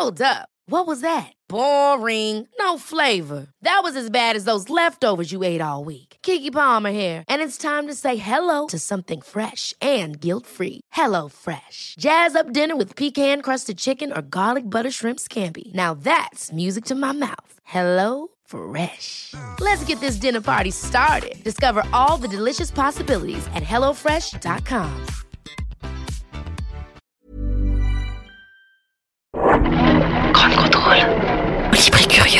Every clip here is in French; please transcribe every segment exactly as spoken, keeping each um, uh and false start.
Hold up. What was that? Boring. No flavor. That was as bad as those leftovers you ate all week. Keke Palmer here, and it's time to say hello to something fresh and guilt-free. Hello Fresh. Jazz up dinner with pecan-crusted chicken or garlic butter shrimp scampi. Now that's music to my mouth. Hello Fresh. Let's get this dinner party started. Discover all the delicious possibilities at hello fresh dot com. Grand contrôle. Libre et curieux.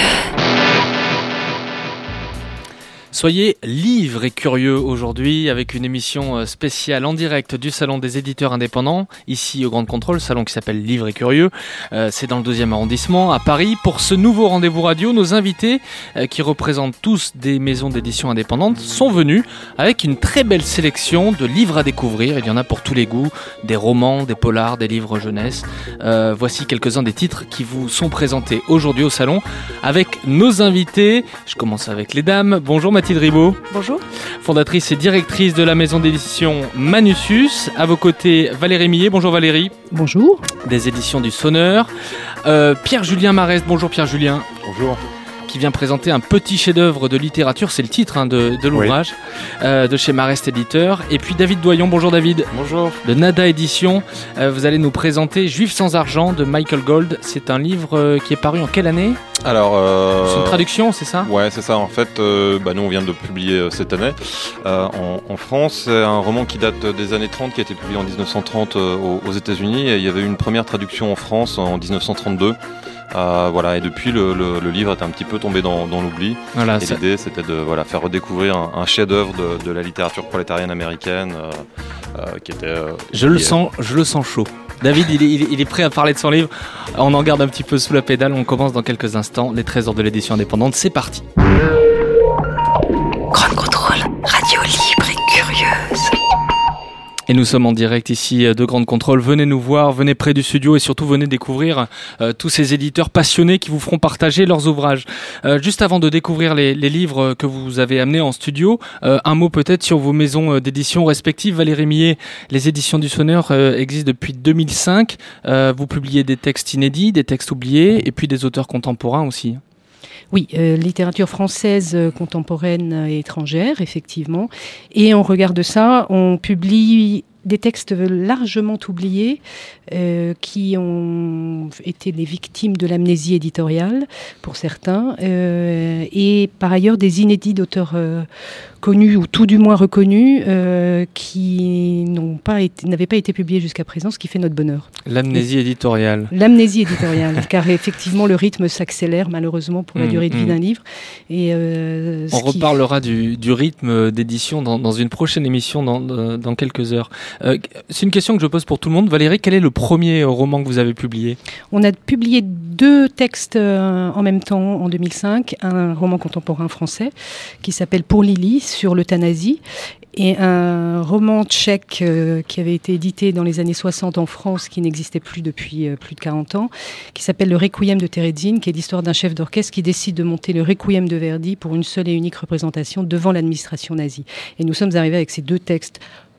Soyez libres et curieux aujourd'hui avec une émission spéciale en direct du Salon des éditeurs indépendants, ici au Grand Contrôle, salon qui s'appelle Livres et Curieux. Euh, c'est dans le deuxième arrondissement à Paris. Pour ce nouveau rendez-vous radio, nos invités, euh, qui représentent tous des maisons d'édition indépendantes, sont venus avec une très belle sélection de livres à découvrir. Il y en a pour tous les goûts, des romans, des polars, des livres jeunesse. Euh, voici quelques-uns des titres qui vous sont présentés aujourd'hui au salon avec nos invités. Je commence avec les dames. Bonjour Mathilde Ribaud. Bonjour. Fondatrice et directrice de la maison d'édition Manussus. À vos côtés, Valérie Millet. Bonjour Valérie. Bonjour. Des éditions du Sonneur. Euh, Pierre-Julien Marest. Bonjour Pierre-Julien. Bonjour. Qui vient présenter un petit chef-d'œuvre de littérature, c'est le titre hein, de, de l'ouvrage, oui. euh, de chez Marest Éditeur. Et puis David Doyon. Bonjour David. Bonjour. De Nada Édition. Euh, vous allez nous présenter Juif sans argent de Michael Gold. C'est un livre euh, qui est paru en quelle année ? Alors, euh, c'est une traduction, c'est ça ? Ouais, c'est ça. En fait, euh, bah, nous on vient de le publier euh, cette année euh, en, en France. C'est un roman qui date des années trente, qui a été publié en dix-neuf cent trente euh, aux, aux États-Unis. Et il y avait eu une première traduction en France en dix-neuf cent trente-deux. Euh, voilà, et depuis le, le, le livre est un petit peu tombé dans, dans l'oubli. Voilà, et ça... l'idée c'était de voilà, faire redécouvrir un, un chef-d'œuvre de, de la littérature prolétarienne américaine euh, euh, qui était. Euh, je, qui le est... sens, je le sens chaud. David, il est, il est prêt à parler de son livre. On en garde un petit peu sous la pédale. On commence dans quelques instants. Les trésors de l'édition indépendante, c'est parti. Grand contrôle, radio libre et curieuse. Et nous sommes en direct ici de Grand Contrôle. Venez nous voir, venez près du studio et surtout venez découvrir euh, tous ces éditeurs passionnés qui vous feront partager leurs ouvrages. Euh, juste avant de découvrir les, les livres que vous avez amenés en studio, euh, un mot peut-être sur vos maisons d'édition respectives. Valérie Millet, les éditions du Sonneur euh, existent depuis deux mille cinq. Euh, vous publiez des textes inédits, des textes oubliés et puis des auteurs contemporains aussi. Oui, euh, littérature française euh, contemporaine et étrangère, effectivement. Et en regard de ça, on publie des textes largement oubliés euh, qui ont été les victimes de l'amnésie éditoriale pour certains euh, et par ailleurs des inédits d'auteurs euh, connus ou tout du moins reconnus euh, qui n'ont pas été, n'avaient pas été publiés jusqu'à présent, ce qui fait notre bonheur. L'amnésie et, éditoriale. L'amnésie éditoriale, car effectivement le rythme s'accélère malheureusement pour la mmh, durée de vie mmh. d'un livre. Et, euh, On reparlera qui... du, du rythme d'édition dans, dans une prochaine émission dans, dans quelques heures. Euh, c'est une question que je pose pour tout le monde. Valérie, quel est le premier roman que vous avez publié ? On a publié deux textes euh, en même temps en deux mille cinq. Un roman contemporain français qui s'appelle Pour Lily sur l'euthanasie et un roman tchèque euh, qui avait été édité dans les années soixante en France, qui n'existait plus depuis euh, plus de quarante ans, qui s'appelle Le Requiem de Terezin, qui est l'histoire d'un chef d'orchestre qui décide de monter le Requiem de Verdi pour une seule et unique représentation devant l'administration nazie. Et nous sommes arrivés avec ces deux textes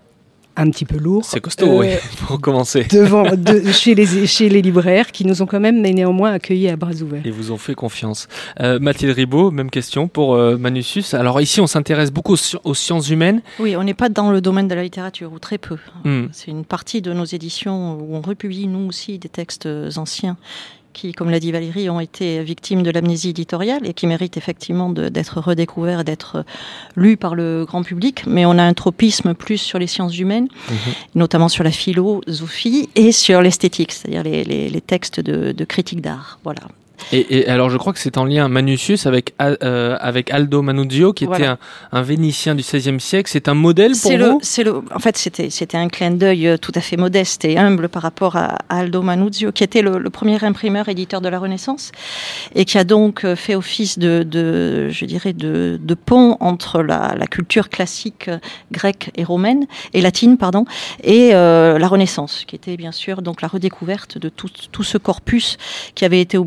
un petit peu lourd. C'est costaud, euh, oui, pour commencer. Devant, de, chez, les, chez les libraires qui nous ont quand même, mais néanmoins, accueillis à bras ouverts. Et vous ont fait confiance. Euh, Mathilde Ribaud, même question pour euh, Manussus. Alors ici, on s'intéresse beaucoup aux, aux sciences humaines. Oui, on n'est pas dans le domaine de la littérature, ou très peu. Mm. C'est une partie de nos éditions où on republie, nous aussi, des textes anciens qui, comme l'a dit Valérie, ont été victimes de l'amnésie éditoriale et qui méritent effectivement de, d'être redécouverts et d'être lus par le grand public. Mais on a un tropisme plus sur les sciences humaines, mmh. notamment sur la philosophie et sur l'esthétique, c'est-à-dire les, les, les textes de, de critique d'art. Voilà. Et, et alors je crois que c'est en lien Manussus avec, euh, avec Aldo Manuzio, qui voilà. était un, un Vénitien du seizième siècle. C'est un modèle pour c'est vous le, c'est le, En fait, c'était, c'était un clin d'œil tout à fait modeste et humble par rapport à, à Aldo Manuzio, qui était le, le premier imprimeur éditeur de la Renaissance et qui a donc fait office de, de je dirais, de, de pont entre la, la culture classique grecque et romaine, et latine, pardon, et euh, la Renaissance, qui était bien sûr donc la redécouverte de tout, tout ce corpus qui avait été oublié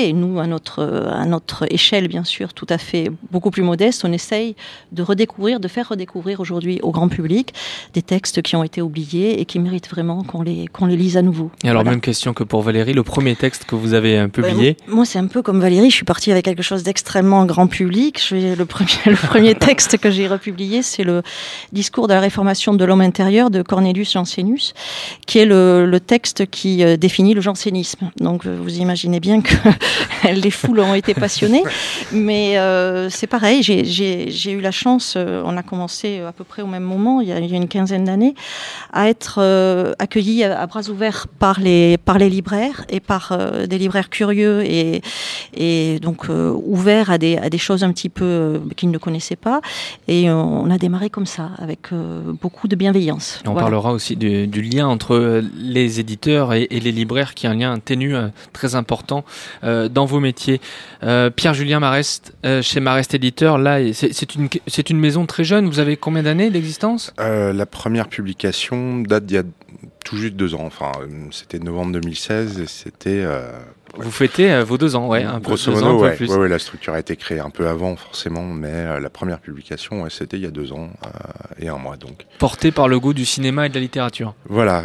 et nous, à notre, à notre échelle, bien sûr, tout à fait beaucoup plus modeste, on essaye de redécouvrir, de faire redécouvrir aujourd'hui au grand public des textes qui ont été oubliés et qui méritent vraiment qu'on les, qu'on les lise à nouveau. Et alors, voilà. Même question que pour Valérie, le premier texte que vous avez publié. Ben, moi, c'est un peu comme Valérie, je suis partie avec quelque chose d'extrêmement grand public. Je vais, le, premier, le premier texte que j'ai republié, c'est le discours de la réformation de l'homme intérieur de Cornelius Jansénus, qui est le, le texte qui euh, définit le jansénisme. Donc, vous imaginez bien que les foules ont été passionnées. Mais euh, c'est pareil, j'ai, j'ai, j'ai eu la chance, euh, on a commencé à peu près au même moment, il y a, il y a une quinzaine d'années, à être euh, accueillis à, à bras ouverts par les, par les libraires et par euh, des libraires curieux et, et donc euh, ouverts à des, à des choses un petit peu euh, qu'ils ne connaissaient pas. Et on a démarré comme ça, avec euh, beaucoup de bienveillance. On voilà. parlera aussi du, du lien entre les éditeurs et, et les libraires, qui est un lien ténu euh, très important euh, dans vos métiers. Euh, Pierre-Julien Marest, euh, chez Marest Éditeur, là, c'est, c'est, une, c'est une maison très jeune. Vous avez combien d'années d'existence ? euh, La première publication date d'il y a tout juste deux ans. Enfin, c'était novembre deux mille seize et c'était... Euh, ouais. Vous fêtez euh, vos deux ans, ouais, un Grosso peu, deux modo, ans, un ouais, peu plus. ouais, ouais, la structure a été créée un peu avant, forcément, mais euh, la première publication, ouais, c'était il y a deux ans euh, et un mois, donc. Porté par le goût du cinéma et de la littérature. Voilà,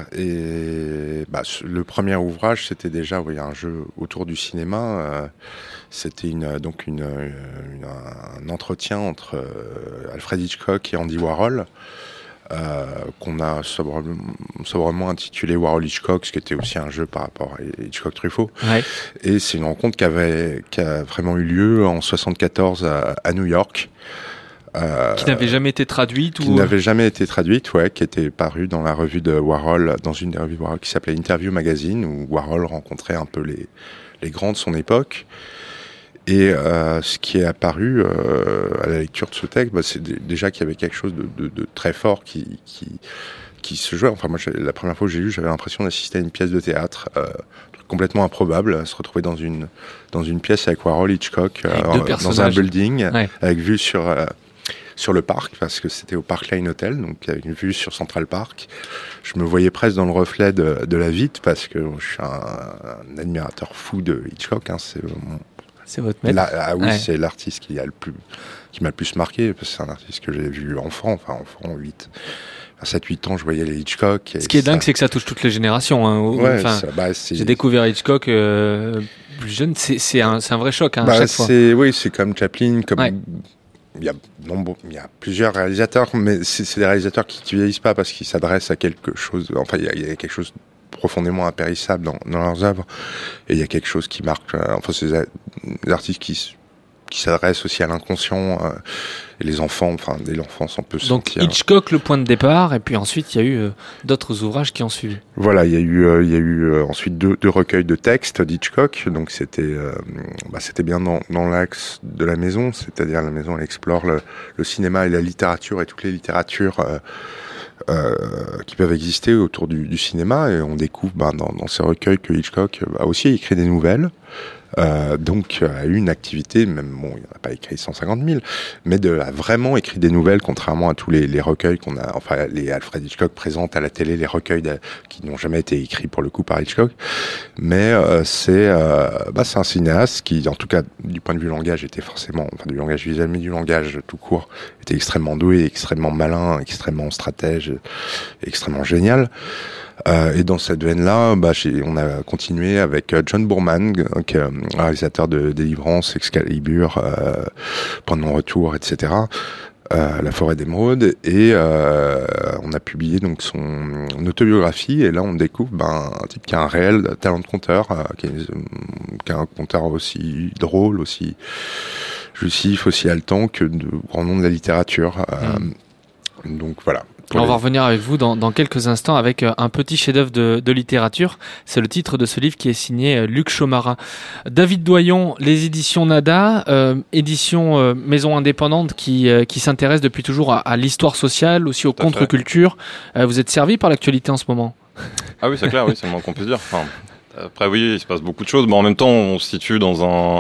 et bah, le premier ouvrage, c'était déjà ouais, un jeu autour du cinéma. Euh, c'était une, donc une, une, un entretien entre euh, Alfred Hitchcock et Andy Warhol. Euh, qu'on a sobrement, sobrement intitulé Warhol Hitchcock, ce qui était aussi un jeu par rapport à Hitchcock-Truffaut. Ouais. Et c'est une rencontre qui, avait, qui a vraiment eu lieu en soixante-quatorze à, à New York. Euh, qui n'avait jamais été traduite Qui ou... n'avait jamais été traduite, ouais, qui était parue dans la revue de Warhol, dans une des revues de Warhol qui s'appelait Interview Magazine, où Warhol rencontrait un peu les, les grands de son époque. Et euh, ce qui est apparu euh, à la lecture de ce texte, bah, c'est d- déjà qu'il y avait quelque chose de, de, de très fort qui, qui, qui se jouait. Enfin, moi, la première fois que j'ai lu, j'avais l'impression d'assister à une pièce de théâtre euh, complètement improbable, se retrouver dans une, dans une pièce avec Warhol, Hitchcock, avec euh, dans un building, ouais. avec vue sur... Euh, sur le parc, parce que c'était au Park Lane Hotel, donc avec une vue sur Central Park. Je me voyais presque dans le reflet de, de la vitre, parce que je suis un, un admirateur fou de Hitchcock. Hein, c'est mon, c'est votre maître. La, ah oui, ouais. C'est l'artiste qui, a le plus, qui m'a le plus marqué, parce que c'est un artiste que j'ai vu enfant, enfin enfant, huit, sept huit ans, je voyais les Hitchcock. Ce qui est ça... dingue, c'est que ça touche toutes les générations. Hein. Ouais, enfin, ça, bah, c'est... J'ai découvert Hitchcock euh, plus jeune, c'est, c'est, un, c'est un vrai choc hein, bah, à chaque c'est, fois. Oui, c'est comme Chaplin, comme... Ouais. Il y a nombre, il y a plusieurs réalisateurs, mais c'est, c'est des réalisateurs qui ne vieillissent pas parce qu'ils s'adressent à quelque chose. Enfin, il y a, il y a quelque chose de profondément impérissable dans, dans leurs œuvres, et il y a quelque chose qui marque. Euh, enfin, c'est des artistes qui qui s'adressent aussi à l'inconscient euh, et les enfants. Enfin, dès l'enfance, on peut se Donc sentir. Hitchcock, le point de départ, et puis ensuite il y a eu euh, d'autres ouvrages qui ont suivi. Voilà, il y a eu, euh, il y a eu euh, ensuite deux, deux recueils de textes d'Hitchcock. Donc c'était, euh, bah, c'était bien dans, dans l'axe de la maison, c'est-à-dire la maison, elle explore le, le cinéma et la littérature et toutes les littératures euh, euh, qui peuvent exister autour du, du cinéma. Et on découvre bah, dans, dans ces recueils que Hitchcock a aussi écrit des nouvelles. Euh, donc a eu une activité, même bon, il n'a pas écrit cent cinquante mille, mais de, a vraiment écrit des nouvelles, contrairement à tous les, les recueils qu'on a, enfin les Alfred Hitchcock présente à la télé, les recueils de, qui n'ont jamais été écrits pour le coup par Hitchcock. Mais euh, c'est, euh, bah, c'est un cinéaste qui, en tout cas du point de vue langage, était forcément, enfin du langage visuel, mais du langage tout court, était extrêmement doué, extrêmement malin, extrêmement stratège, extrêmement génial. Euh, et dans cette veine-là, bah, j'ai, on a continué avec John Boorman, qui est un réalisateur de Délivrance, Excalibur, euh, Point de non-retour, et cetera. Euh, La forêt d'émeraude, et euh, on a publié donc son autobiographie, et là on découvre ben, un type qui a un réel talent de conteur, euh, qui, est, qui a un conteur aussi drôle, aussi jouissif, aussi haletant que de grands noms de la littérature. Euh, mmh. Donc voilà. On les... va revenir avec vous dans, dans quelques instants avec un petit chef-d'œuvre de, de littérature. C'est le titre de ce livre qui est signé Luc Chomara. David Doyon, les éditions Nada, euh, édition euh, maison indépendante qui, euh, qui s'intéresse depuis toujours à, à l'histoire sociale, aussi aux contre-cultures. Euh, vous êtes servi par l'actualité en ce moment ? Ah oui, c'est clair, oui, c'est le moins qu'on puisse dire. Enfin, après, oui, il se passe beaucoup de choses, mais en même temps, on se situe dans un...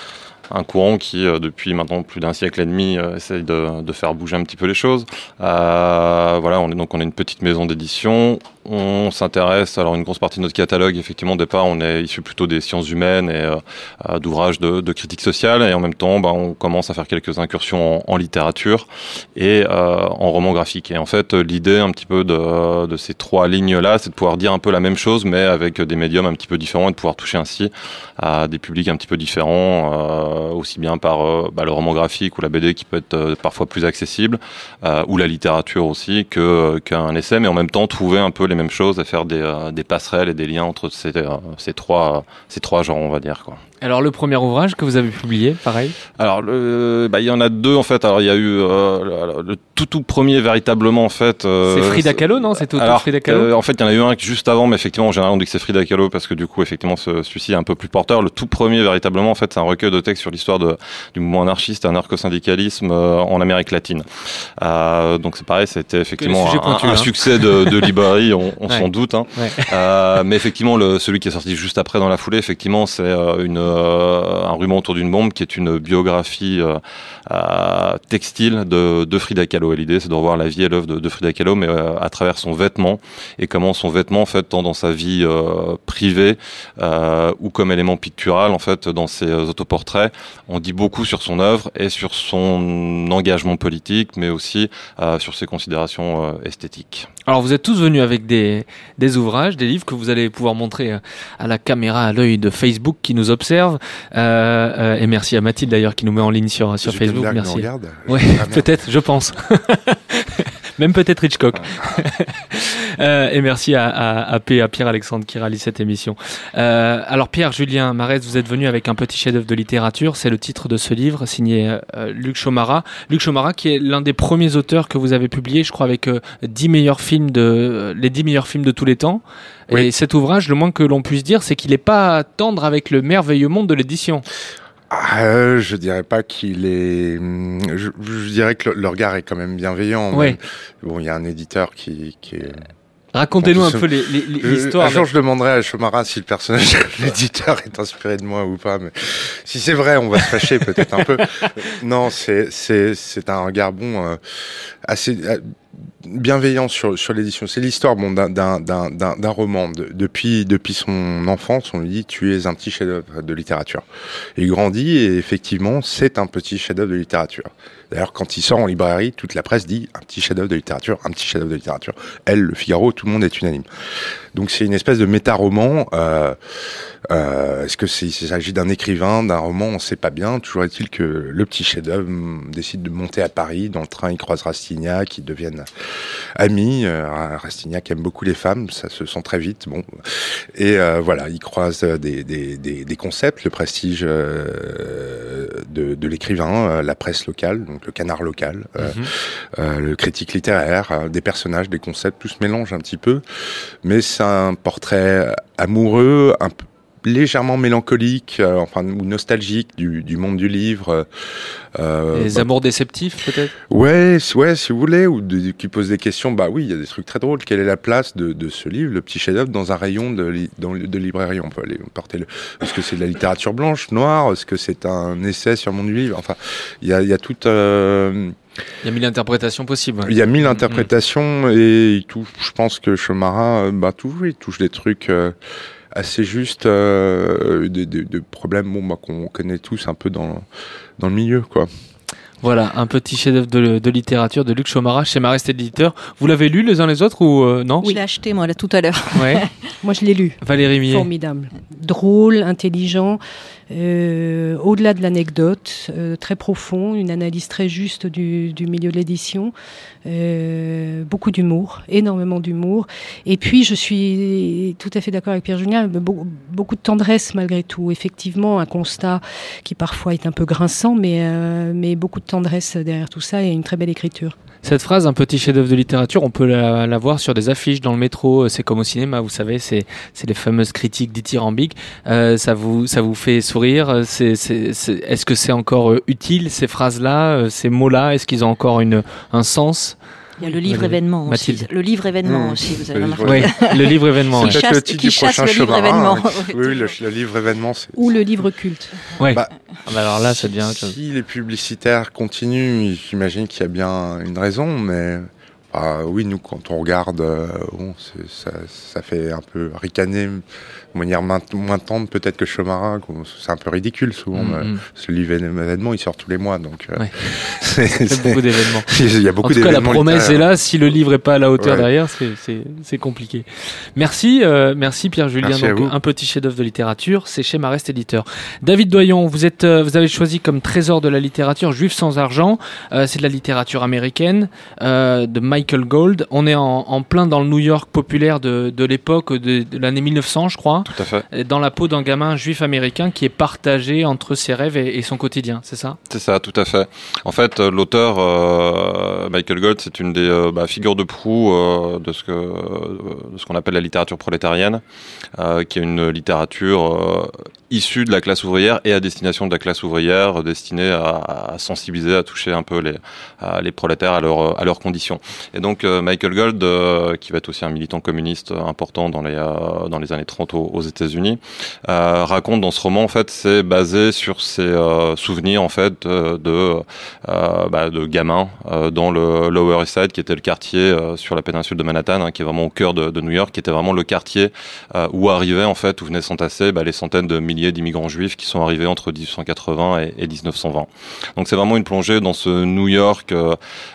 un courant qui, euh, depuis maintenant plus d'un siècle et demi, euh, essaye de, de faire bouger un petit peu les choses. Euh, voilà, on est donc on est une petite maison d'édition. on s'intéresse, alors une grosse partie de notre catalogue, effectivement, au départ, on est issu plutôt des sciences humaines et euh, d'ouvrages de, de critique sociale, et en même temps, bah, on commence à faire quelques incursions en, en littérature et euh, en roman graphique. Et en fait, l'idée un petit peu de, de ces trois lignes-là, c'est de pouvoir dire un peu la même chose, mais avec des médiums un petit peu différents, et de pouvoir toucher ainsi à des publics un petit peu différents, euh, aussi bien par euh, bah, le roman graphique ou la B D qui peut être euh, parfois plus accessible, euh, ou la littérature aussi, que, qu'un essai, mais en même temps trouver un peu les mêmes choses et faire des, euh, des passerelles et des liens entre ces, euh, ces, trois, ces trois genres, on va dire, quoi. Alors le premier ouvrage que vous avez publié, pareil. Alors le, bah il y en a deux en fait. Alors il y a eu euh, le, le tout tout premier véritablement en fait. Euh, c'est Frida Kahlo, non? C'est tout, alors, tout Frida Kahlo. Euh, en fait, il y en a eu un juste avant, mais effectivement, en général, on dit que c'est Frida Kahlo parce que du coup, effectivement, ce, celui-ci est un peu plus porteur. Le tout premier véritablement, en fait, c'est un recueil de textes sur l'histoire de, du mouvement anarchiste, anarcho-syndicalisme euh, en Amérique latine. Euh, donc c'est pareil, c'était effectivement un, pointu, un hein. succès de, de librairie, on, on ouais. s'en doute. Hein. Ouais. Euh, mais effectivement, le, celui qui est sorti juste après dans la foulée, effectivement, c'est euh, une euh, un ruban autour d'une bombe qui est une biographie euh, euh, textile de, de Frida Kahlo. Et l'idée, c'est de revoir la vie et l'œuvre de, de Frida Kahlo, mais euh, à travers son vêtement, et comment son vêtement, en fait, tant dans sa vie euh, privée euh, ou comme élément pictural, en fait, dans ses euh, autoportraits, on dit beaucoup sur son œuvre et sur son engagement politique, mais aussi euh, sur ses considérations euh, esthétiques. Alors, vous êtes tous venus avec des, des ouvrages, des livres que vous allez pouvoir montrer à la caméra, à l'œil de Facebook qui nous observe. Euh, euh, et merci à Mathilde d'ailleurs qui nous met en ligne sur, sur Facebook. Merci. Regarde. Ouais, peut-être, je pense. Même peut-être Hitchcock. euh, et merci à, à, à, P, à Pierre-Alexandre qui réalise cette émission. Euh, alors Pierre-Julien Marès, vous êtes venu avec un petit chef-d'œuvre de littérature. C'est le titre de ce livre signé euh, Luc Chomara. Luc Chomara qui est l'un des premiers auteurs que vous avez publié, je crois, avec euh, dix meilleurs films de, euh, les dix meilleurs films de tous les temps. Oui. Et cet ouvrage, le moins que l'on puisse dire, c'est qu'il n'est pas tendre avec le merveilleux monde de l'édition. Euh, je dirais pas qu'il est. Je, je dirais que le, le regard est quand même bienveillant. Ouais. Bon, il y a un éditeur qui, qui est. Racontez-nous un peu les, les, l'histoire. Un jour, je demanderai à Chomara si le personnage de l'éditeur est inspiré de moi ou pas. Mais si c'est vrai, on va se fâcher peut-être un peu. Non, c'est c'est c'est un regard bon, euh, assez. Euh, bienveillant sur sur l'édition. C'est l'histoire bon d'un d'un d'un d'un roman. De, depuis depuis son enfance, on lui dit tu es un petit chef-d'œuvre de littérature. Et il grandit et effectivement, c'est un petit chef-d'œuvre de littérature. D'ailleurs, quand il sort en librairie, toute la presse dit un petit chef-d'œuvre de littérature, un petit chef-d'œuvre de littérature. Elle, le Figaro, tout le monde est unanime. Donc c'est une espèce de méta-roman. Euh, euh, est-ce que c'est, il s'agit d'un écrivain, d'un roman? On ne sait pas bien. Toujours est-il que le petit chef-d'œuvre décide de monter à Paris. Dans le train, il croise Rastignac, ils deviennent amis. Euh, Rastignac aime beaucoup les femmes, ça se sent très vite. Bon, et euh, voilà, il croise des, des, des, des concepts, le prestige euh, de, de l'écrivain, euh, la presse locale, donc le canard local, euh, mm-hmm. euh, le critique littéraire, euh, des personnages, des concepts, tout se mélange un petit peu. Mais c'est un portrait amoureux, un peu légèrement mélancolique, euh, enfin ou nostalgique du, du monde du livre. Euh, Les bah, amours déceptifs, peut-être. Ouais, ouais, si vous voulez, ou de, qui pose des questions. Bah oui, il y a des trucs très drôles. Quelle est la place de, de ce livre, le petit chef-d'œuvre, dans un rayon de, li, dans, de librairie? On peut aller porter le. Est-ce que c'est de la littérature blanche, noire? Est-ce que c'est un essai sur le monde du livre? Enfin, il y a, il y a toute. Euh, Il y a mille interprétations possibles. Ouais. Il y a mille interprétations mmh. et il touche, je pense que Chomara, bah toujours, il touche des trucs euh, assez justes, euh, des, des, des problèmes bon, bah, qu'on connaît tous un peu dans dans le milieu, quoi. Voilà, un petit chef-d'œuvre de, de littérature de Luc Chomara chez Marest Éditeur. Vous l'avez lu les uns les autres ou euh, non? Oui, je l'ai acheté moi là tout à l'heure. Ouais. Moi je l'ai lu. Valérie Millet. Formidable, drôle, intelligent, euh, au-delà de l'anecdote, euh, très profond, une analyse très juste du, du milieu de l'édition, euh, beaucoup d'humour, énormément d'humour. Et puis je suis tout à fait d'accord avec Pierre-Julien, beaucoup, beaucoup de tendresse malgré tout. Effectivement, un constat qui parfois est un peu grinçant, mais euh, mais beaucoup de tendresse derrière tout ça et une très belle écriture. Cette phrase, un petit chef-d'œuvre de littérature, on peut la, la voir sur des affiches dans le métro. C'est comme au cinéma, vous savez, c'est, c'est les fameuses critiques dithyrambiques. Euh, ça vous, ça vous fait sourire. C'est, c'est, c'est, est-ce que c'est encore utile ces phrases-là, ces mots-là? Est-ce qu'ils ont encore une, un sens? Il y a le livre Mathilde. événement aussi. Mathilde. Le livre événement mmh. aussi, vous avez remarqué. Oui, le livre événement. C'est peut-être chasse, le titre qui du prochain le livre Chomara, événement. Hein. Oui, le, le livre événement. C'est... Ou le livre culte. Ouais. Bah, ah bah alors là, ça devient autre chose. Si les publicitaires continuent, j'imagine qu'il y a bien une raison, mais Bah, oui, nous, quand on regarde, euh, bon, c'est, ça, ça fait un peu ricaner, de manière moins, moins tendre peut-être que Chaumarin. C'est un peu ridicule souvent. Mm-hmm. Ce livre événement, il sort tous les mois, donc euh, ouais. c'est, c'est, c'est beaucoup d'événements. Il y a beaucoup en tout d'événements. Cas, la promesse est là. Si le livre est pas à la hauteur ouais. derrière, c'est, c'est, c'est compliqué. Merci, euh, merci Pierre-Julien. Merci donc un petit chef-d'œuvre de littérature, c'est chez Marest Éditeur. David Doyon, vous êtes, euh, vous avez choisi comme trésor de la littérature Juif sans argent. Euh, c'est de la littérature américaine euh, de Michael Gold. On est en, en plein dans le New York populaire de, de l'époque de, de l'année mille neuf cents, je crois. Tout à fait. Dans la peau d'un gamin juif américain qui est partagé entre ses rêves et, et son quotidien, c'est ça ? C'est ça, tout à fait. En fait, euh, l'auteur euh, Michael Gold, c'est une des euh, bah, figures de proue euh, de ce que euh, de ce qu'on appelle la littérature prolétarienne, euh, qui est une littérature euh, issue de la classe ouvrière et à destination de la classe ouvrière, destinée à, à sensibiliser, à toucher un peu les à, les prolétaires à leurs à leurs conditions. Et donc euh, Michael Gold, euh, qui va être aussi un militant communiste important dans les euh, dans les années trente aux, aux États-Unis, euh, raconte dans ce roman, en fait, c'est basé sur ses euh, souvenirs, en fait, de de, euh, bah, de gamins euh, dans le Lower East Side, qui était le quartier euh, sur la péninsule de Manhattan, hein, qui est vraiment au cœur de, de New York, qui était vraiment le quartier euh, où arrivaient, en fait, où venaient s'entasser bah, les centaines de milliers d'immigrants juifs qui sont arrivés entre dix-huit cent quatre-vingts et, et dix-neuf cent vingt. Donc c'est vraiment une plongée dans ce New York euh,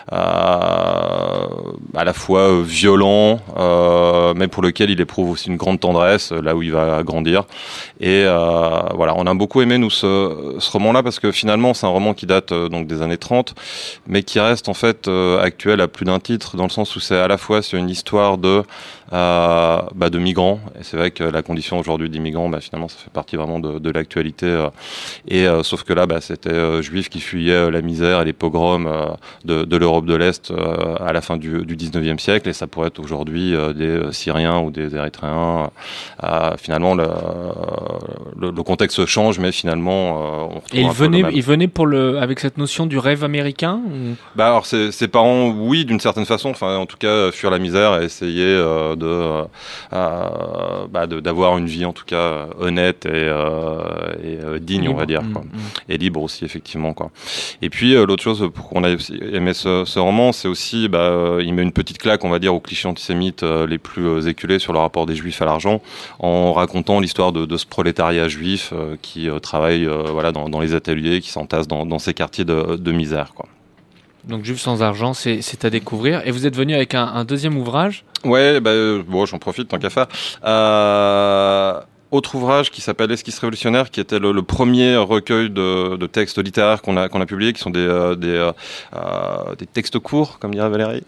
à, à la fois violent, euh, mais pour lequel il éprouve aussi une grande tendresse, là où il va grandir. Et euh, voilà, on a beaucoup aimé nous ce, ce roman-là parce que finalement c'est un roman qui date euh, donc des années trente, mais qui reste en fait euh, actuel à plus d'un titre, dans le sens où c'est à la fois c'est une histoire de euh, bah, de migrants, et c'est vrai que la condition aujourd'hui d'immigrants, bah, finalement ça fait partie vraiment de, de l'actualité, euh, et euh, sauf que là bah, c'était euh, juifs qui fuyaient euh, la misère et les pogroms euh, de, de l'Europe de l'Est euh, à la fin du, du dix-neuvième siècle, et ça pourrait être aujourd'hui euh, des Syriens ou des Érythréens. Euh, finalement le, le, le contexte change, mais finalement euh, on retrouve et il un venait, peu le même. il venait pour le, avec cette notion du rêve américain ou... Bah alors ses, ses parents, oui, d'une certaine façon, enfin en tout cas fuir la misère et essayer euh, de, euh, bah, de d'avoir une vie en tout cas honnête et, euh, et euh, digne, libre. On va dire, quoi. Mmh, mmh. Et libre aussi effectivement, quoi. Et puis euh, l'autre chose pour qu'on a aimé ce, ce roman, c'est aussi bah, euh, il met une petite claque, on va dire, aux clichés antisémites euh, les plus euh, éculés sur le rapport des juifs à l'argent, en racontant l'histoire de, de ce prolétariat juif euh, qui euh, travaille euh, voilà dans, dans les ateliers, qui s'entasse dans, dans ces quartiers de, de misère, quoi. Donc Juif sans argent, c'est, c'est à découvrir. Et vous êtes venu avec un, un deuxième ouvrage ? Ouais, bah, bon, j'en profite tant qu'à faire. Euh... Autre ouvrage qui s'appelle Esquisse révolutionnaire, qui était le, le premier recueil de, de textes littéraires qu'on a qu'on a publié, qui sont des euh, des euh, des textes courts, comme dirait Valérie,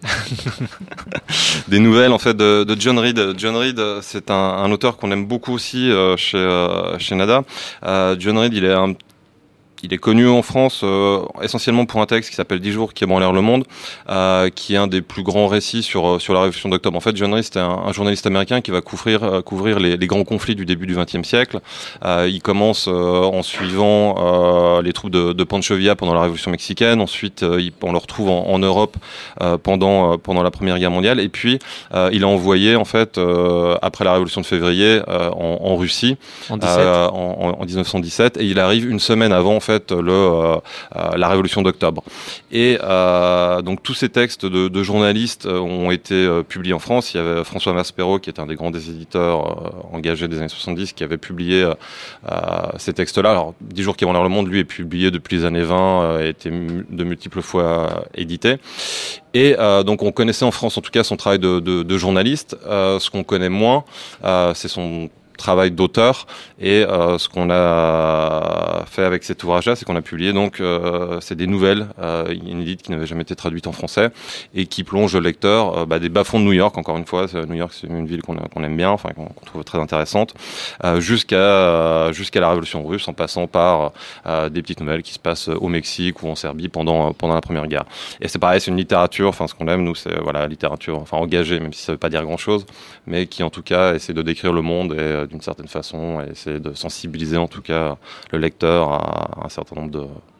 des nouvelles en fait de, de John Reed. John Reed, c'est un, un auteur qu'on aime beaucoup aussi euh, chez euh, chez Nada. Euh, John Reed, il est un Il est connu en France euh, essentiellement pour un texte qui s'appelle dix jours qui ébranlèrent le monde, euh, qui est un des plus grands récits sur sur la Révolution d'octobre. En fait, John Reed, c'était un, un journaliste américain qui va couvrir euh, couvrir les, les grands conflits du début du vingtième siècle. Euh, il commence euh, en suivant euh, les troupes de, de Pancho Villa pendant la Révolution mexicaine. Ensuite, euh, il, on le retrouve en, en Europe euh, pendant euh, pendant la Première Guerre mondiale. Et puis, euh, il a envoyé en fait euh, après la Révolution de février euh, en, en Russie en, dix-sept euh, en, en dix-neuf cent dix-sept, et il arrive une semaine avant en fait le euh, euh, la Révolution d'octobre. Et euh, donc tous ces textes de, de journalistes ont été euh, publiés en France. Il y avait François Maspero, qui est un des grands des éditeurs euh, engagés des années soixante-dix, qui avait publié euh, ces textes-là. Alors dix jours qui ébranlèrent le monde, lui, est publié depuis les années vingt, euh, a été mu- de multiples fois euh, édité. Et euh, donc on connaissait en France en tout cas son travail de, de, de journaliste. Euh, ce qu'on connaît moins, euh, c'est son travail d'auteur, et euh, ce qu'on a fait avec cet ouvrage-là, c'est qu'on a publié donc euh, c'est des nouvelles euh, inédites qui n'avaient jamais été traduites en français et qui plongent le lecteur euh, bah, des bas-fonds de New York. Encore une fois, New York, c'est une ville qu'on, a, qu'on aime bien, enfin qu'on, qu'on trouve très intéressante, euh, jusqu'à euh, jusqu'à la Révolution russe, en passant par euh, des petites nouvelles qui se passent au Mexique ou en Serbie pendant pendant la Première Guerre. Et c'est pareil, c'est une littérature. Enfin, ce qu'on aime nous, c'est voilà, littérature, enfin engagée, même si ça veut pas dire grand-chose, mais qui en tout cas essaie de décrire le monde et d'une certaine façon, et essayer de sensibiliser en tout cas le lecteur à un certain nombre de,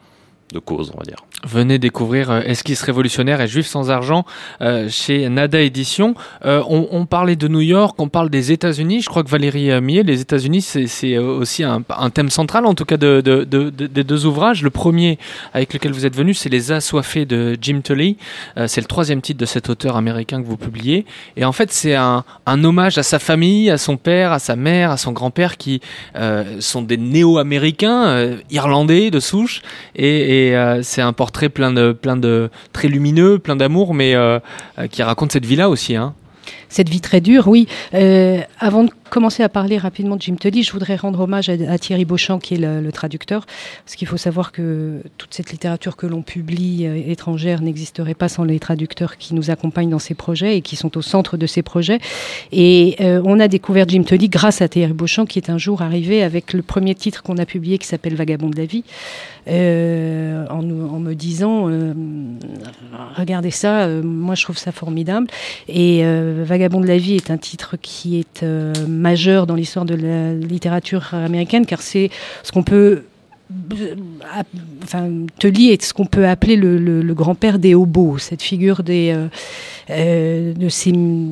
de cause, on va dire. Venez découvrir euh, Esquisse révolutionnaire et Juifs sans argent euh, chez Nada Édition. Euh, on, on parlait de New York, on parle des États-Unis. Je crois que Valérie Millet, les États-Unis, c'est, c'est aussi un, un thème central, en tout cas de, de, de, de, des deux ouvrages. Le premier avec lequel vous êtes venu, c'est Les Assoiffés de Jim Tully. Euh, c'est le troisième titre de cet auteur américain que vous publiez. Et en fait, c'est un, un hommage à sa famille, à son père, à sa mère, à son grand-père, qui euh, sont des néo-américains, euh, irlandais de souche. Et, et euh, c'est un portrait plein de, plein de très lumineux, plein d'amour, mais euh, euh, qui raconte cette vie-là aussi. Hein. Cette vie très dure, oui. Euh, avant de commencer à parler rapidement de Jim Tully, je voudrais rendre hommage à, à Thierry Beauchamp, qui est le, le traducteur, parce qu'il faut savoir que toute cette littérature que l'on publie euh, étrangère n'existerait pas sans les traducteurs qui nous accompagnent dans ces projets et qui sont au centre de ces projets. Et euh, on a découvert Jim Tully grâce à Thierry Beauchamp, qui est un jour arrivé avec le premier titre qu'on a publié, qui s'appelle Vagabond de la vie, euh, en, en me disant euh, regardez ça, euh, moi je trouve ça formidable. Et euh, Vagabond de la vie est un titre qui est euh, majeur dans l'histoire de la littérature américaine, car c'est ce qu'on peut enfin, Tully est ce qu'on peut appeler le, le, le grand-père des hobos, cette figure des, euh, euh, de ces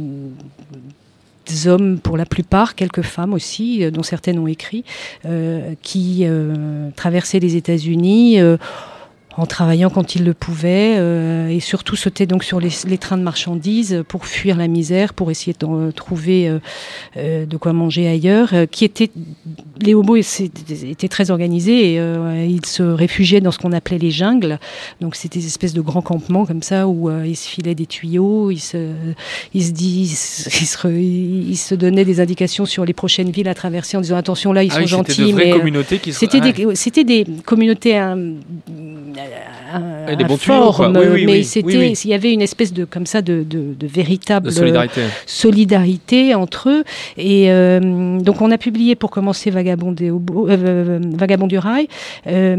hommes, pour la plupart, quelques femmes aussi, dont certaines ont écrit, euh, qui euh, traversaient les États-Unis euh, en travaillant quand ils le pouvaient, euh, et surtout sautaient donc sur les, les trains de marchandises pour fuir la misère, pour essayer de euh, trouver euh, euh, de quoi manger ailleurs. Euh, qui étaient, les hobos étaient très organisés, et euh, ils se réfugiaient dans ce qu'on appelait les jungles. Donc c'était des espèces de grands campements comme ça où euh, ils se filaient des tuyaux, ils se, ils se disent, ils se, ils se donnaient des indications sur les prochaines villes à traverser en disant attention là ils ah sont oui, gentils. C'était de vraies mais communautés qui c'était, sont... des, c'était des communautés. Un, Un, et des bons forme, tuyaux, oui, oui, mais oui, c'était, oui, oui. il y avait une espèce de comme ça de, de, de véritable de solidarité. solidarité entre eux. Et euh, donc on a publié pour commencer Vagabond, des Hobos, euh, Vagabond du rail. Euh,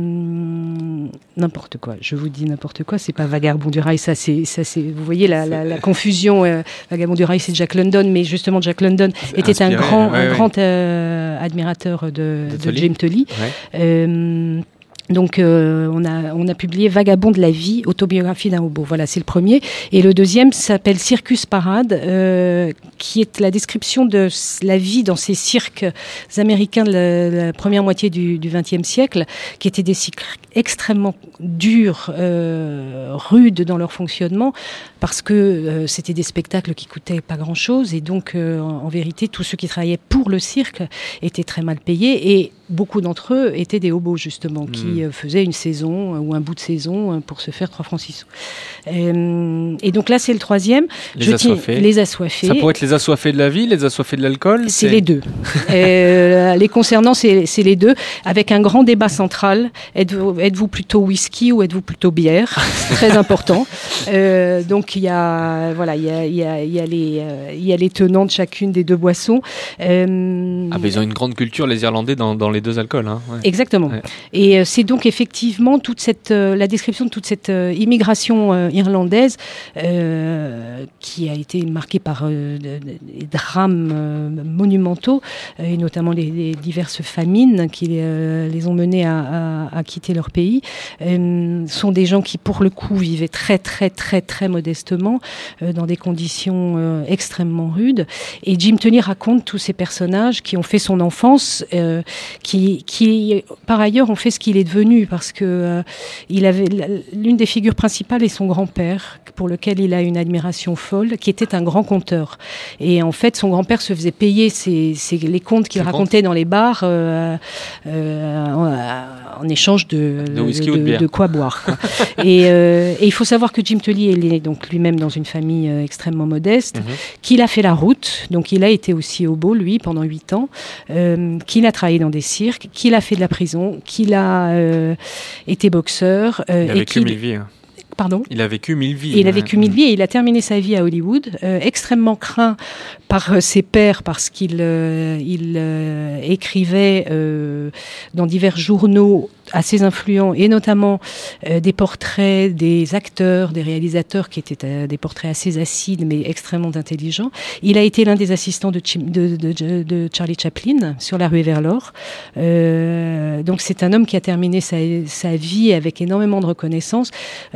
n'importe quoi. Je vous dis n'importe quoi. C'est pas Vagabond du rail. Ça c'est, ça c'est. Vous voyez la, la, la confusion. Euh, Vagabond du rail, c'est Jack London, mais justement Jack London c'est était inspiré, un grand, ouais, un ouais. grand euh, admirateur de, de, de Jim Tully. Ouais. Euh, Donc euh, on a on a publié Vagabond de la vie, autobiographie d'un hobo. Voilà, c'est le premier. Et le deuxième s'appelle Circus Parade, euh, qui est la description de la vie dans ces cirques américains de la, la première moitié du vingtième siècle, qui étaient des cirques extrêmement durs, euh, rudes dans leur fonctionnement, parce que euh, c'était des spectacles qui coûtaient pas grand-chose, et donc euh, en, en vérité tous ceux qui travaillaient pour le cirque étaient très mal payés, et beaucoup d'entre eux étaient des hobos justement, mmh. qui euh, faisaient une saison euh, ou un bout de saison euh, pour se faire trois francs six sous. Euh, et donc là c'est le troisième. Les Je assoiffés. Tiens, les assoiffés. Ça pourrait être les assoiffés de la vie, les assoiffés de l'alcool. C'est, c'est... les deux. euh, les concernant c'est, c'est les deux, avec un grand débat central. Êtes-vous, êtes-vous plutôt whisky ou êtes-vous plutôt bière? C'est très important. Euh, donc il y a voilà il y a il y a il y a les euh, il y a les tenants de chacune des deux boissons. Euh, ah mais ils ont une grande culture les Irlandais dans dans les deux alcools. Hein. Ouais. Exactement. Ouais. Et euh, c'est donc effectivement toute cette euh, la description de toute cette euh, immigration euh, irlandaise euh, qui a été marquée par euh, des drames euh, monumentaux, et notamment les, les diverses famines qui euh, les ont menés à, à, à quitter leur pays. Euh, sont des gens qui pour le coup vivaient très très très très modestement euh, dans des conditions euh, extrêmement rudes. Et Jim Tully raconte tous ces personnages qui ont fait son enfance, euh, qui, qui par ailleurs ont fait ce qu'il est devenu, parce que euh, il avait l'une des figures principales est son grand-père, pour lequel il a une admiration folle, qui était un grand conteur. Et en fait, son grand-père se faisait payer ses, ses, les contes qu'il c'est racontait compte. Dans les bars euh, euh, en, en échange de, de, whisky de, ou de, bière. de quoi boire. Quoi. et, euh, et il faut savoir que Jim Tully est né donc lui-même dans une famille euh, extrêmement modeste, mm-hmm. qu'il a fait la route, donc il a été aussi hobo, lui, pendant huit ans, euh, qu'il a travaillé dans des cirques, qu'il a fait de la prison, qu'il a euh, été boxeur. Euh, il a vécu mille vies. Hein. Pardon ? Il a vécu mille vies. Et il a vécu mille vies et il a terminé sa vie à Hollywood, euh, extrêmement craint par euh, ses pairs parce qu'il euh, il, euh, écrivait euh, dans divers journaux assez influents, et notamment euh, des portraits des acteurs, des réalisateurs qui étaient euh, des portraits assez acides mais extrêmement intelligents. Il a été l'un des assistants de, de, de, de, de Charlie Chaplin sur La Ruée vers l'or. Euh, donc c'est un homme qui a terminé sa, sa vie avec énormément de reconnaissance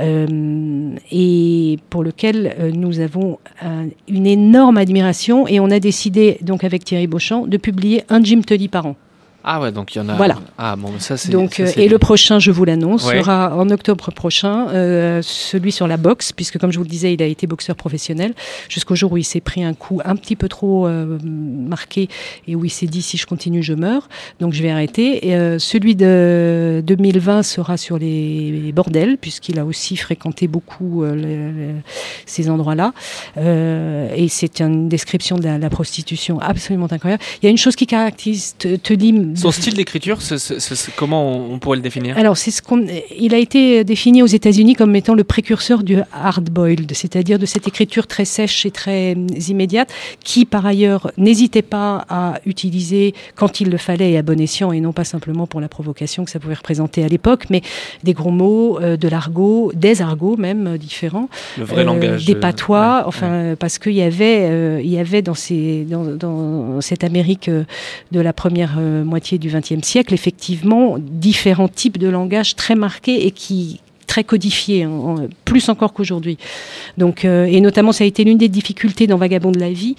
euh, et pour lequel euh, nous avons un, une énorme admiration, et on a décidé donc avec Thierry Beauchamp de publier un Jim Tully par an. Ah ouais, donc il y en a. Voilà. Ah bon, ça c'est. Donc, ça, c'est et bien. le prochain, je vous l'annonce, Ouais. sera en octobre prochain, euh, celui sur la boxe, puisque comme je vous le disais, il a été boxeur professionnel jusqu'au jour où il s'est pris un coup un petit peu trop euh, marqué et où il s'est dit si je continue, je meurs. Donc je vais arrêter. Et, euh, celui de deux mille vingt sera sur les bordels, puisqu'il a aussi fréquenté beaucoup euh, le, le, ces endroits-là. Euh, et c'est une description de la, la prostitution absolument incroyable. Il y a une chose qui caractérise Tully. Son style d'écriture, c'est, c'est, c'est, comment on pourrait le définir ? Alors, c'est ce qu'on, il a été défini aux États-Unis comme étant le précurseur du hard-boiled, c'est-à-dire de cette écriture très sèche et très immédiate, qui par ailleurs n'hésitait pas à utiliser quand il le fallait et à bon escient, et non pas simplement pour la provocation que ça pouvait représenter à l'époque, mais des gros mots, euh, de l'argot, des argots même euh, différents, le vrai euh, langage, des patois, ouais, enfin ouais. parce qu'il y avait, euh, il y avait dans ces, dans, dans cette Amérique euh, de la première euh, moitié du vingtième siècle, effectivement, différents types de langage très marqués et qui très codifiés, hein, plus encore qu'aujourd'hui. Donc, euh, et notamment, ça a été l'une des difficultés dans Vagabond de la vie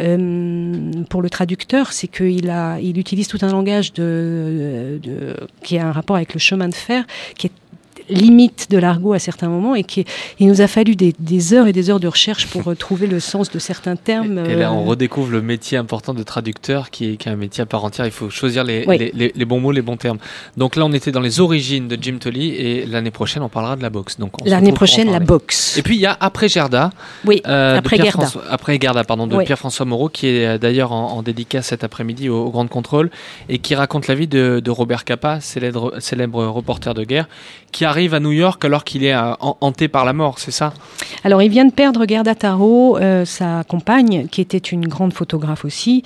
euh, pour le traducteur, c'est qu'il a, il utilise tout un langage de, de, qui a un rapport avec le chemin de fer, qui est limite de l'argot à certains moments, et qui, il nous a fallu des, des heures et des heures de recherche pour euh, trouver le sens de certains termes. Et, et là, on euh, redécouvre le métier important de traducteur, qui est, qui est un métier à part entière. Il faut choisir les, Oui. les, les, les bons mots, les bons termes. Donc là, on était dans les origines de Jim Tully, et l'année prochaine, on parlera de la boxe. Donc on se L'année retrouve pour en prochaine, la parler. boxe. Et puis il y a Après Gerda, Oui, euh, de après Pierre Gerda. François- après Gerda, pardon, de Oui. Pierre-François Moreau, qui est euh, d'ailleurs en, en dédicace cet après-midi au, au Grand Contrôle, et qui raconte la vie de, de Robert Capa, célèbre, célèbre reporter de guerre, qui arrive à New York alors qu'il est euh, en- hanté par la mort, c'est ça ? Alors, il vient de perdre Gerda Taro, euh, sa compagne, qui était une grande photographe aussi,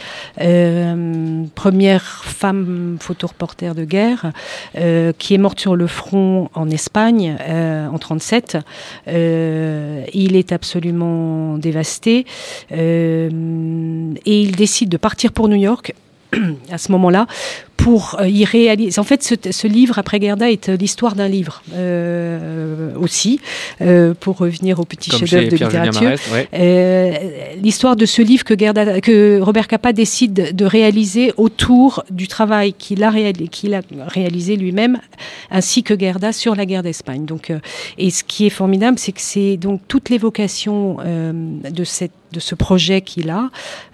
euh, première femme photoreporter de guerre, euh, qui est morte sur le front en Espagne euh, en trente-sept. Euh, il est absolument dévasté euh, et il décide de partir pour New York à ce moment-là, pour euh, y réaliser. En fait, ce, ce livre, Après Gerda, est euh, l'histoire d'un livre euh, aussi, euh, pour revenir au petit Comme chef-d'œuvre chez de Pierre-Julien littérature. Marest, ouais. Euh, l'histoire de ce livre que, Gerda, que Robert Capa décide de réaliser autour du travail qu'il a, réali- qu'il a réalisé lui-même, ainsi que Gerda sur la guerre d'Espagne. Donc, euh, et ce qui est formidable, c'est que c'est donc toute l'évocation euh, de cette de ce projet qu'il a,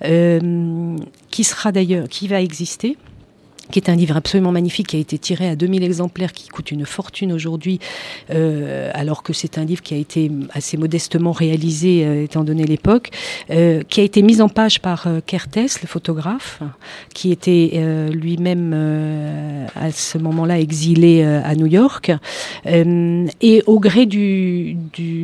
euh, qui sera d'ailleurs, qui va exister, qui est un livre absolument magnifique, qui a été tiré à deux mille exemplaires, qui coûte une fortune aujourd'hui, euh, alors que c'est un livre qui a été assez modestement réalisé, euh, étant donné l'époque, euh, qui a été mis en page par euh, Kertész, le photographe, qui était euh, lui-même euh, à ce moment-là exilé euh, à New York. Euh, et au gré du,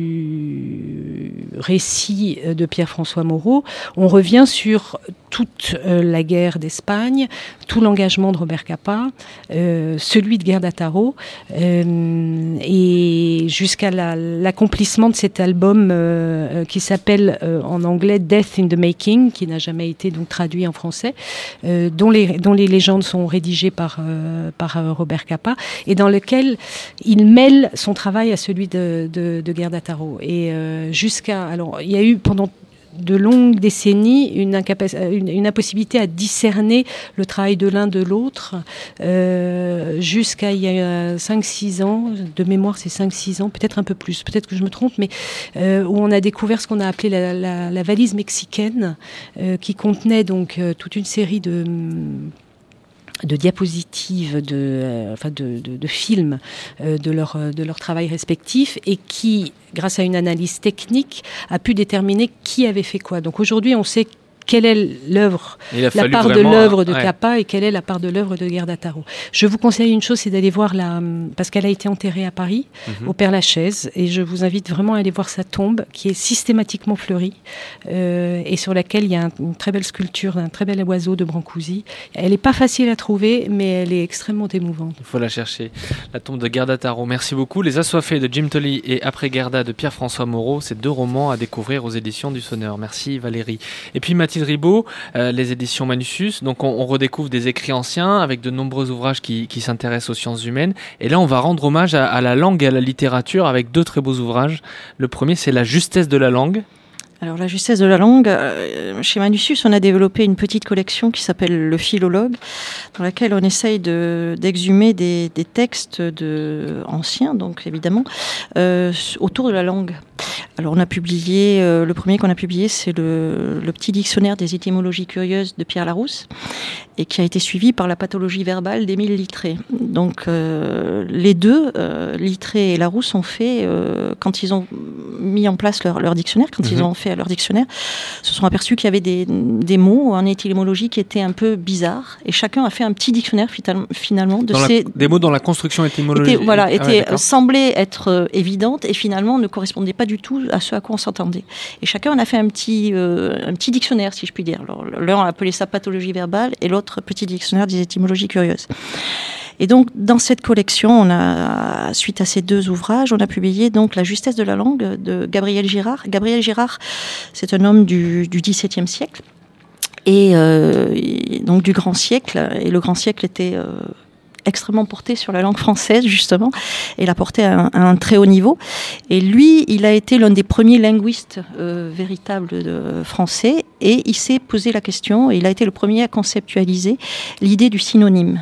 du récit de Pierre-François Moreau, on revient sur toute euh, la guerre d'Espagne, tout l'engagement de Robert Capa, euh, celui de Gerda Taro, euh, et jusqu'à la, l'accomplissement de cet album euh, qui s'appelle euh, en anglais Death in the Making, qui n'a jamais été donc traduit en français, euh, dont, les, dont les légendes sont rédigées par, euh, par euh, Robert Capa, et dans lequel il mêle son travail à celui de, de, de Gerda Taro. Et euh, jusqu'à... Alors, il y a eu pendant de longues décennies une, incapac- une, une impossibilité à discerner le travail de l'un de l'autre, euh, jusqu'à il y a cinq six ans, de mémoire c'est cinq six ans, peut-être un peu plus, peut-être que je me trompe, mais euh, où on a découvert ce qu'on a appelé la, la, la valise mexicaine, euh, qui contenait donc euh, toute une série de... de diapositives, de, euh, enfin de, de, de films euh, de, leur, de leur travail respectif, et qui, grâce à une analyse technique, a pu déterminer qui avait fait quoi. Donc aujourd'hui, on sait quelle est l'œuvre, la part de l'œuvre de ouais. Capa et quelle est la part de l'œuvre de Gerda Taro. Je vous conseille une chose, c'est d'aller voir la, parce qu'elle a été enterrée à Paris, mm-hmm. au Père-Lachaise, et je vous invite vraiment à aller voir sa tombe, qui est systématiquement fleurie, euh, et sur laquelle il y a un, une très belle sculpture d'un très bel oiseau de Brancusi. Elle n'est pas facile à trouver, mais elle est extrêmement émouvante. Il faut la chercher. La tombe de Gerda Taro. Merci beaucoup. Les Assoiffés de Jim Tolley et Après Gerda de Pierre-François Moreau, c'est deux romans à découvrir aux éditions du Sonneur. Merci Valérie. Et puis Mathilde Ribaud, euh, les éditions Manussus. Donc on, on redécouvre des écrits anciens avec de nombreux ouvrages qui, qui s'intéressent aux sciences humaines. Et là, on va rendre hommage à, à la langue et à la littérature avec deux très beaux ouvrages. Le premier, c'est La justesse de la langue. Alors la justesse de la langue, euh, chez Manussus, on a développé une petite collection qui s'appelle Le Philologue, dans laquelle on essaye de, d'exhumer des, des textes de, anciens, donc évidemment, euh, autour de la langue. Alors on a publié, euh, le premier qu'on a publié, c'est le, le petit dictionnaire des étymologies curieuses de Pierre Larousse, et qui a été suivi par la pathologie verbale d'Émile Littré. Donc euh, les deux, euh, Littré et Larousse, ont fait, euh, quand ils ont mis en place leur, leur dictionnaire, quand mmh. ils ont fait leur dictionnaire, se sont aperçus qu'il y avait des, des mots en étymologie qui étaient un peu bizarres, et chacun a fait un petit dictionnaire finalement de dans ces... La, des mots dont la construction étymologique... Était, voilà, était, ah ouais, semblait être euh, évidente, et finalement ne correspondait pas du tout à ce à quoi on s'entendait. Et chacun en a fait un petit, euh, un petit dictionnaire, si je puis dire. Alors, l'un a appelé ça pathologie verbale, et l'autre petit dictionnaire des étymologies curieuses. Et donc, dans cette collection, on a, suite à ces deux ouvrages, on a publié donc La justesse de la langue de Gabriel Girard. Gabriel Girard, c'est un homme du, du dix-septième siècle, et, euh, et donc du grand siècle. Et le grand siècle était euh, extrêmement porté sur la langue française, justement, et l'a porté à un, à un très haut niveau. Et lui, il a été l'un des premiers linguistes euh, véritables de français, et il s'est posé la question, et il a été le premier à conceptualiser l'idée du synonyme.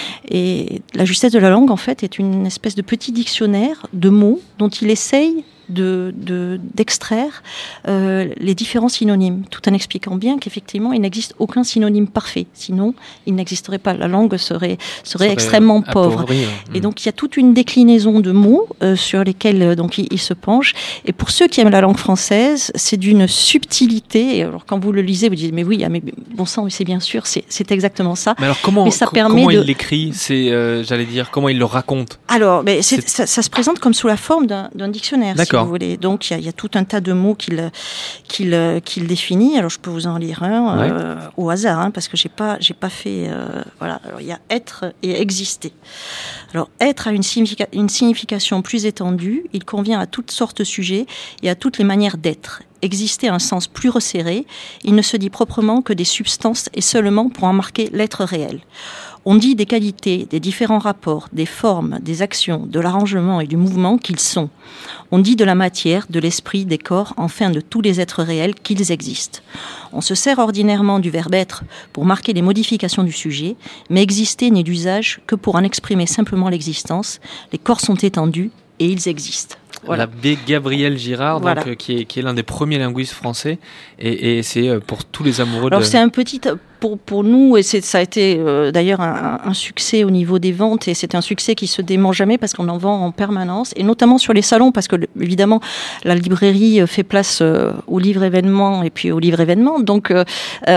Et la justesse de la langue, en fait, est une espèce de petit dictionnaire de mots dont il essaye de, de, d'extraire euh, les différents synonymes, tout en expliquant bien qu'effectivement, il n'existe aucun synonyme parfait. Sinon, il n'existerait pas. La langue serait, serait, serait extrêmement pauvre. Appauvri, hein. Et donc, il y a toute une déclinaison de mots euh, sur lesquels euh, donc, il, il se penche. Et pour ceux qui aiment la langue française, c'est d'une subtilité. Et alors, quand vous le lisez, vous dites, mais oui, ah, mais bon sang, mais c'est bien sûr, c'est, c'est exactement ça. Mais alors, comment, mais ça co- permet comment de... il l'écrit c'est, euh, j'allais dire, comment il le raconte Alors, mais c'est, c'est... Ça, ça se présente comme sous la forme d'un, d'un dictionnaire. D'accord. Si vous voulez. Donc, il y, y a tout un tas de mots qu'il, qu'il, qu'il définit. Alors, je peux vous en lire un ouais. euh, au hasard, hein, parce que j'ai pas, j'ai pas fait. Euh, voilà. Alors, il y a être et exister. Alors, être a une, significa- une signification plus étendue. Il convient à toutes sortes de sujets et à toutes les manières d'être. Exister a un sens plus resserré. Il ne se dit proprement que des substances et seulement pour en marquer l'être réel. On dit des qualités, des différents rapports, des formes, des actions, de l'arrangement et du mouvement qu'ils sont. On dit de la matière, de l'esprit, des corps, enfin de tous les êtres réels qu'ils existent. On se sert ordinairement du verbe être pour marquer les modifications du sujet, mais exister n'est d'usage que pour en exprimer simplement l'existence. Les corps sont étendus et ils existent. Voilà. L'abbé Gabriel Girard, voilà. donc, euh, qui, est, qui est l'un des premiers linguistes français, et, et c'est euh, pour tous les amoureux Alors de... c'est un petit... Pour, pour nous, et c'est, ça a été euh, d'ailleurs un, un succès au niveau des ventes, et c'est un succès qui se dément jamais parce qu'on en vend en permanence, et notamment sur les salons, parce que évidemment la librairie fait place euh, aux livres événements et puis aux livres événements, donc euh,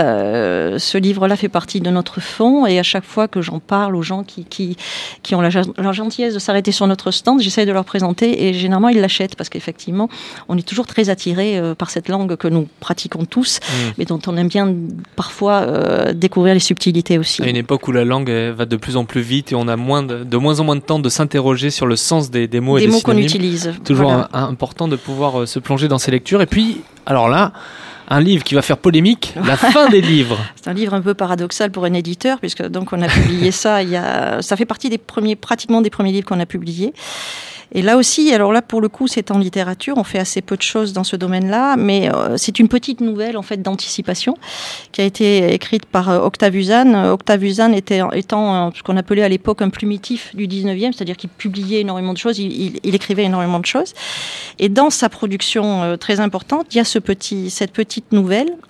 euh, ce livre-là fait partie de notre fonds, et à chaque fois que j'en parle aux gens qui, qui, qui ont la, la gentillesse de s'arrêter sur notre stand, j'essaye de leur présenter, et généralement ils l'achètent, parce qu'effectivement on est toujours très attirés euh, par cette langue que nous pratiquons tous, mmh. mais dont on aime bien parfois euh, découvrir les subtilités aussi. À une époque où la langue va de plus en plus vite et on a moins de, de moins en moins de temps de s'interroger sur le sens des, des mots des et des mots synonymes. Qu'on utilise. Toujours voilà. un, un, important de pouvoir euh, se plonger dans ces lectures. Et puis, alors là, un livre qui va faire polémique, la fin des livres. C'est un livre un peu paradoxal pour un éditeur, puisque donc on a publié ça, il y a, ça fait partie des premiers, pratiquement des premiers livres qu'on a publiés. Et là aussi, alors là pour le coup c'est en littérature, on fait assez peu de choses dans ce domaine-là, mais euh, c'est une petite nouvelle en fait d'anticipation qui a été écrite par euh, Octave Uzanne. Octave Uzanne était, étant euh, ce qu'on appelait à l'époque un plumitif du dix-neuvième, c'est-à-dire qu'il publiait énormément de choses, il, il, il écrivait énormément de choses. Et dans sa production euh, très importante, il y a ce petit, cette petite nouvelle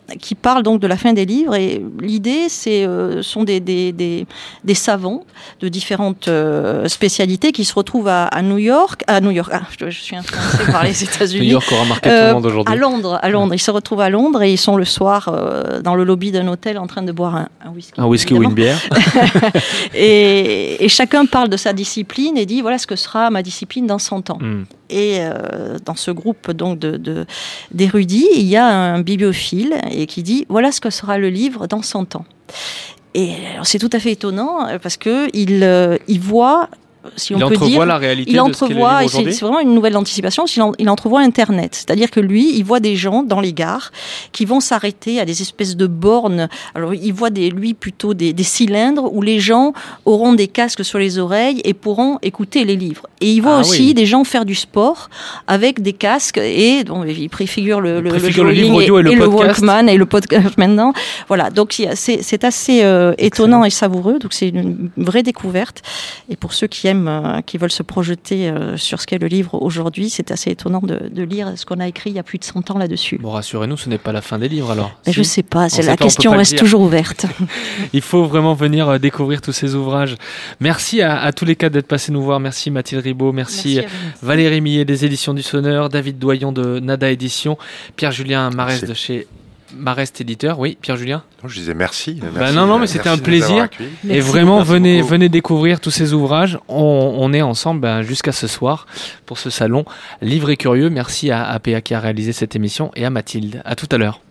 qui parle donc de la fin des livres. Et l'idée, c'est euh, sont des, des, des, des savants de différentes euh, spécialités qui se retrouvent à, à New York. À New York, ah, je, je suis influencée par les États-Unis. New York aura marqué euh, tout le monde aujourd'hui. À Londres, à Londres. Ils se retrouvent à Londres et ils sont le soir euh, dans le lobby d'un hôtel en train de boire un, un whisky. Un whisky ou une bière. et, et chacun parle de sa discipline et dit voilà ce que sera ma discipline dans cent ans. Mm. Et euh, dans ce groupe donc de, de, d'érudits, il y a un bibliophile et qui dit voilà ce que sera le livre dans cent ans. Et alors, c'est tout à fait étonnant parce que il, euh, il voit. Si on il peut entrevoit dire, la réalité il de entrevoit, ce qu'est le livre et aujourd'hui. c'est, c'est vraiment une nouvelle anticipation, il, en, il entrevoit Internet. C'est-à-dire que lui, il voit des gens dans les gares qui vont s'arrêter à des espèces de bornes. Alors, il voit des, lui plutôt des, des cylindres où les gens auront des casques sur les oreilles et pourront écouter les livres. Et il voit ah, aussi oui. des gens faire du sport avec des casques et donc, il préfigure le, le, préfigure le, le livre audio et, et, et le, le Walkman et le podcast maintenant. Voilà, donc c'est, c'est assez euh, étonnant et savoureux. Donc c'est une vraie découverte. Et pour ceux qui aiment, euh, qui veulent se projeter euh, sur ce qu'est le livre aujourd'hui, c'est assez étonnant de, de lire ce qu'on a écrit il y a plus de cent ans là-dessus. Bon, rassurez-nous, ce n'est pas la fin des livres alors. Mais si. Je ne sais pas, c'est On la pas, question reste toujours ouverte. Il faut vraiment venir découvrir tous ces ouvrages. Merci à, à tous les quatre d'être passés nous voir. Merci Mathilde Ribaud, merci, merci Valérie Millet des éditions du Sonneur, David Doyon de Nada Édition, Pierre-Julien Marest de chez Marest Éditeur. Oui, Pierre-Julien. Non, je disais merci. merci bah non, non, mais c'était un plaisir. Et vraiment, merci venez, venez découvrir tous ces ouvrages. On, on est ensemble ben, jusqu'à ce soir pour ce salon Livre et Curieux. Merci à A P A qui a réalisé cette émission et à Mathilde. À tout à l'heure.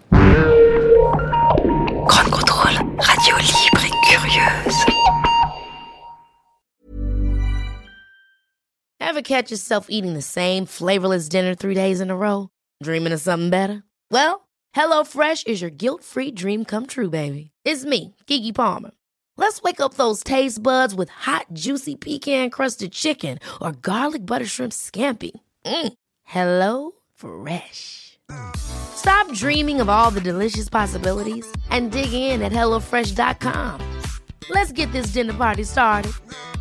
Grand Contrôle, radio libre et curieuse. Ever catch yourself eating the same flavorless dinner three days in a row? Dreaming of something better? Well, HelloFresh is your guilt-free dream come true, baby. It's me, Keke Palmer. Let's wake up those taste buds with hot, juicy pecan-crusted chicken or garlic butter shrimp scampi. Mm. Hello Fresh. Stop dreaming of all the delicious possibilities and dig in at hello fresh dot com. Let's get this dinner party started.